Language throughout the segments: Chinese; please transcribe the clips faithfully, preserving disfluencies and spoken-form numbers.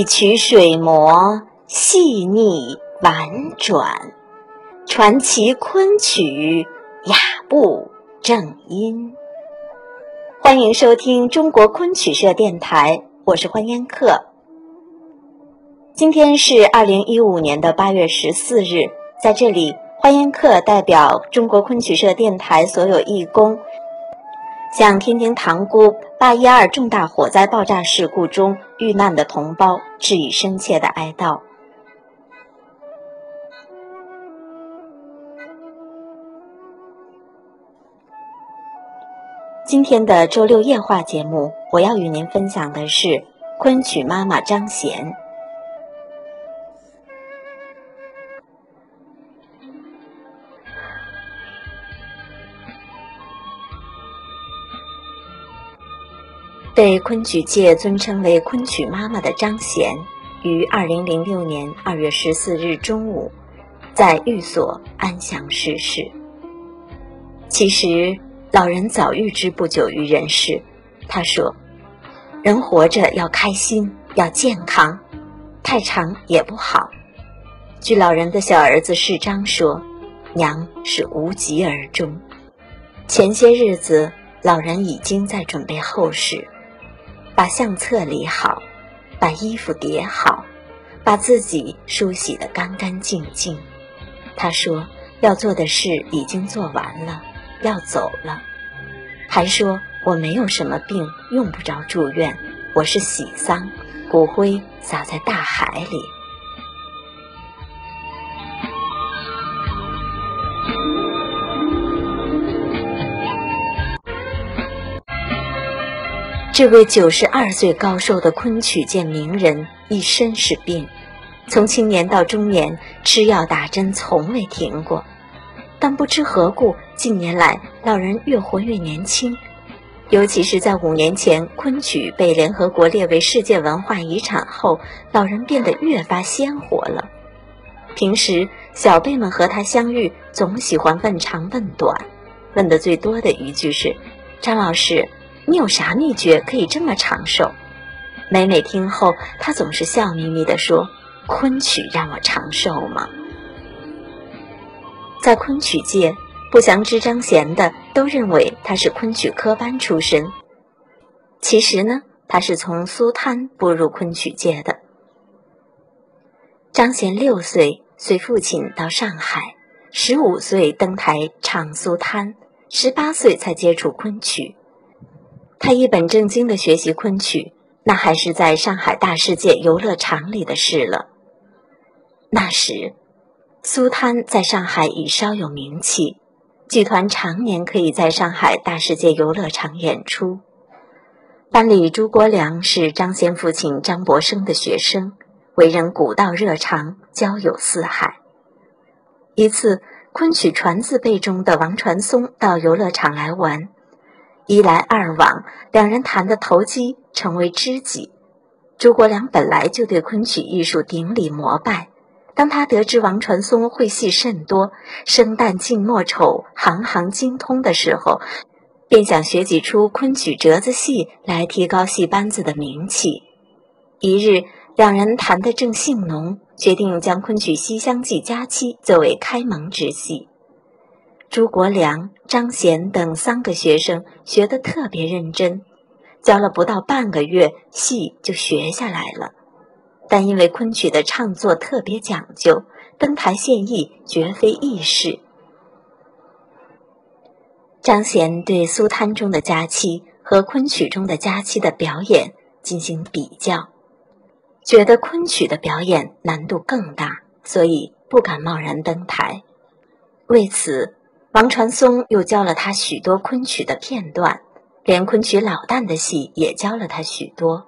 一曲水磨细腻婉转，传奇昆曲雅步正音。欢迎收听中国昆曲社电台，我是欢烟客。今天是二零一五年的八月十四日，在这里欢烟客代表中国昆曲社电台所有义工，向天津塘沽八一二重大火灾爆炸事故中遇难的同胞致以深切的哀悼。今天的周六夜话节目，我要与您分享的是昆曲妈妈张娴。被昆曲界尊称为昆曲妈妈的张娴，于二零零六年二月十四日中午在寓所安详逝世。其实老人早预知不久于人世，他说，人活着要开心，要健康，太长也不好。据老人的小儿子世章说，娘是无疾而终。前些日子老人已经在准备后事，把相册理好，把衣服叠好，把自己梳洗得干干净净。他说要做的事已经做完了，要走了。还说我没有什么病，用不着住院，我是喜丧，骨灰撒在大海里。这位九十二岁高寿的昆曲界名人一身是病，从青年到中年，吃药打针从未停过。但不知何故，近年来老人越活越年轻，尤其是在五年前昆曲被联合国列为世界文化遗产后，老人变得越发鲜活了。平时小辈们和他相遇，总喜欢问长问短，问的最多的一句是，张老师，你有啥秘诀可以这么长寿？每每听后，他总是笑眯眯地说，昆曲让我长寿吗？在昆曲界，不详知张娴的都认为他是昆曲科班出身。其实呢，他是从苏滩步入昆曲界的。张娴六岁随父亲到上海，十五岁登台唱苏滩，十八岁才接触昆曲。他一本正经地学习昆曲，那还是在上海大世界游乐场里的事了。那时苏滩在上海已稍有名气，剧团常年可以在上海大世界游乐场演出。班里朱国良是张娴父亲张伯生的学生，为人古道热肠，交友四海。一次昆曲传字辈中的王传松到游乐场来玩，一来二往，两人谈得投机，成为知己。朱国良本来就对昆曲艺术顶礼膜拜，当他得知王传松会戏甚多，生旦净末丑行行精通的时候，便想学几出昆曲折子戏来提高戏班子的名气。一日两人谈得正兴浓，决定将昆曲《西厢记》佳期作为开蒙之戏。朱国良、张娴等三个学生学得特别认真，教了不到半个月，戏就学下来了。但因为昆曲的唱作特别讲究，登台献艺绝非易事。张娴对苏滩中的佳期和昆曲中的佳期的表演进行比较，觉得昆曲的表演难度更大，所以不敢贸然登台。为此王传松又教了他许多昆曲的片段，连昆曲老旦的戏也教了他许多。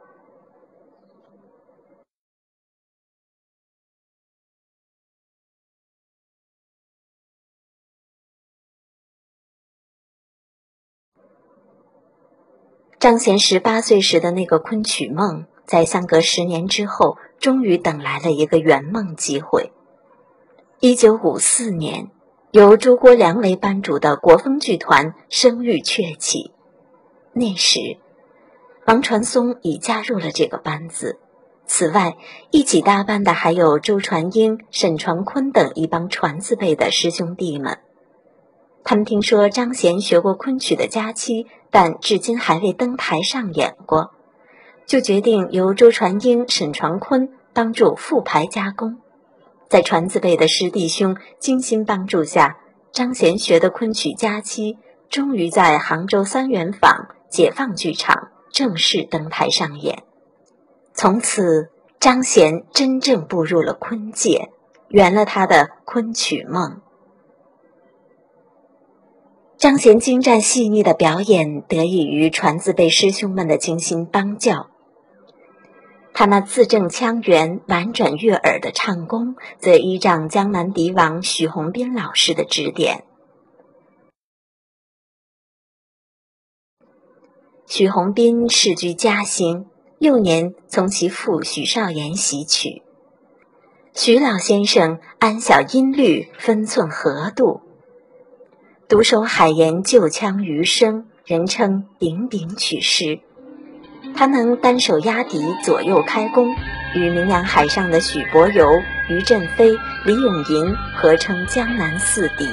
张娴十八岁时的那个昆曲梦，在相隔十年之后，终于等来了一个圆梦机会。一九五四年，由朱国良为班主的国风剧团声誉鹊起。那时王传松已加入了这个班子， 此外，一起搭班的还有周传英、沈传坤等一帮传字辈的师兄弟们。他们听说张贤学过昆曲的佳期，但至今还未登台上演过，就决定由周传英、沈传坤帮助复排加工。在传字辈的师弟兄精心帮助下，张贤学的昆曲佳期终于在杭州三元坊解放剧场正式登台上演。从此，张贤真正步入了昆界，圆了他的昆曲梦。张贤精湛细腻的表演得益于传字辈师兄们的精心帮教，他那字正腔圆、婉转悦耳的唱功，则依仗江南笛王许宏斌老师的指点。许宏斌世居嘉兴，幼年从其父许绍言习曲。许老先生安晓音律，分寸合度，独守海盐旧腔余声，人称鼎鼎曲师。他能单手压笛，左右开弓，与名扬海上的许伯游、于振飞、李永吟合称江南四笛。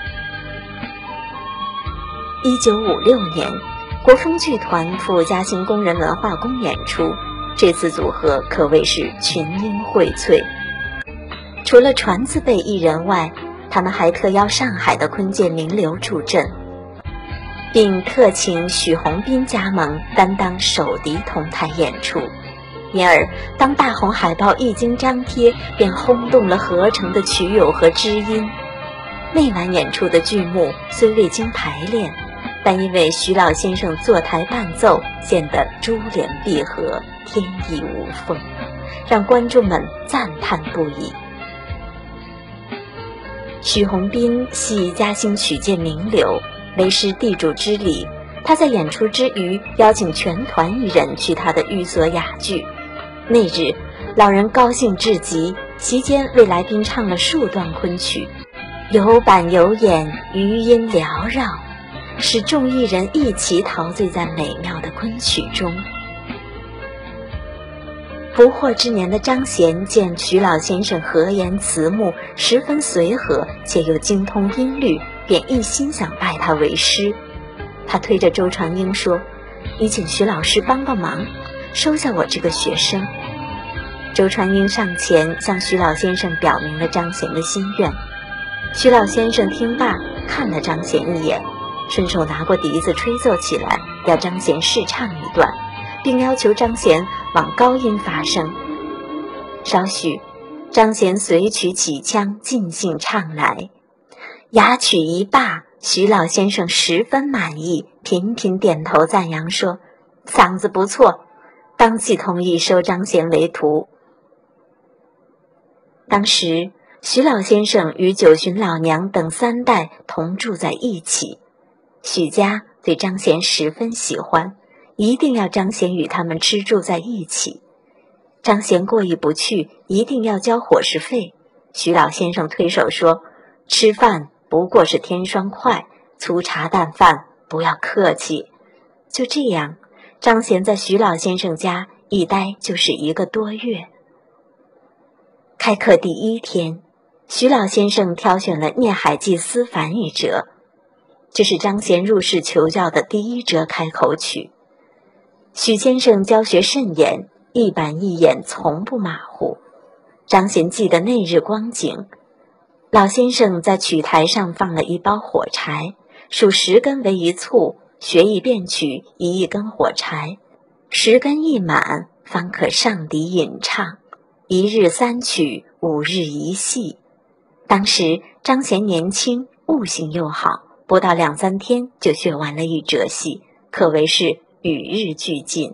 一九五六年，国风剧团赴嘉兴工人文化宫演出，这次组合可谓是群英荟萃。除了传字辈艺人外，他们还特邀上海的昆界名流助阵，并特请许宏斌加盟担当首笛同台演出，因而当大红海报一经张贴，便轰动了合成的曲友和知音。那晚演出的剧目虽未经排练，但因为徐老先生坐台伴奏，显得珠联璧合，天衣无缝，让观众们赞叹不已。许宏斌系嘉兴曲界名流，为师地主之礼，他在演出之余邀请全团艺人去他的寓所雅聚。那日老人高兴至极，席间为来宾唱了数段昆曲，有板有眼，余音缭绕，使众艺人一齐陶醉在美妙的昆曲中。不惑之年的张贤见徐老先生和颜慈睦，十分随和，且又精通音律，便一心想拜他为师。他推着周传英说：“你请徐老师帮帮忙，收下我这个学生。”周传英上前向徐老先生表明了张贤的心愿。徐老先生听罢，看了张贤一眼，顺手拿过笛子吹奏起来，要张贤试唱一段，并要求张贤往高音发声。稍许，张贤随曲起腔，尽兴唱来。雅曲一罢，徐老先生十分满意，频频点头赞扬说：“嗓子不错。”当即同意收张贤为徒。当时徐老先生与九旬老娘等三代同住在一起，许家对张贤十分喜欢，一定要张贤与他们吃住在一起。张贤过意不去，一定要交伙食费。徐老先生推手说：“吃饭不过是添双筷，粗茶淡饭，不要客气。”就这样，张贤在徐老先生家一待就是一个多月。开课第一天，徐老先生挑选了《孽海记》思凡一折，这是张贤入室求教的第一折开口曲。许先生教学甚严，一板一眼，从不马虎。张贤记得那日光景，老先生在曲台上放了一包火柴，数十根为一簇，学一遍曲，一一根火柴，十根一满，方可上笛引唱。一日三曲，五日一戏。当时张贤年轻，悟性又好，不到两三天就学完了一折戏，可谓是与日俱进。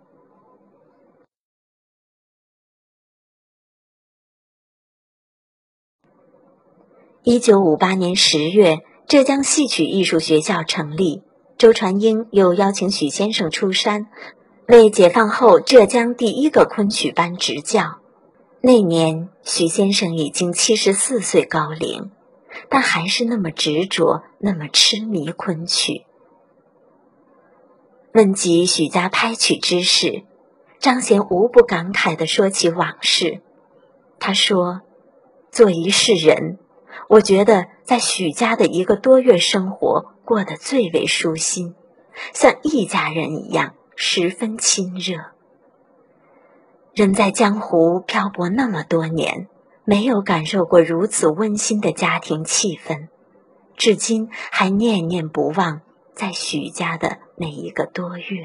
一九五八年十月，浙江戏曲艺术学校成立，周传英又邀请许先生出山，为解放后浙江第一个昆曲班执教。那年许先生已经七十四岁高龄，但还是那么执着，那么痴迷昆曲。问及许家拍曲之事， 张贤无不感慨地说起往事。他说，做一世人，我觉得在许家的一个多月生活过得最为舒心，像一家人一样，十分亲热。人在江湖漂泊那么多年，没有感受过如此温馨的家庭气氛，至今还念念不忘在许家的那一个多月。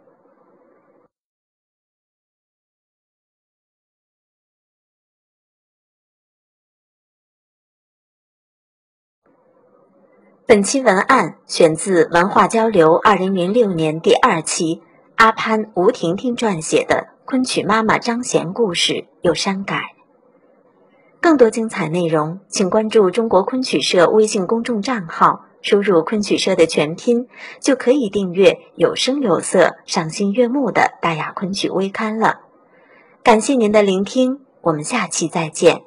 本期文案选自文化交流二零零六年第二期阿潘吴婷婷撰写的昆曲妈妈张贤故事，有删改。更多精彩内容请关注中国昆曲社微信公众账号，输入昆曲社的全拼，就可以订阅有声有色、赏心悦目的大雅昆曲微刊了。感谢您的聆听，我们下期再见。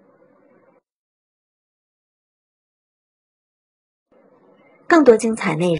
更多精彩内容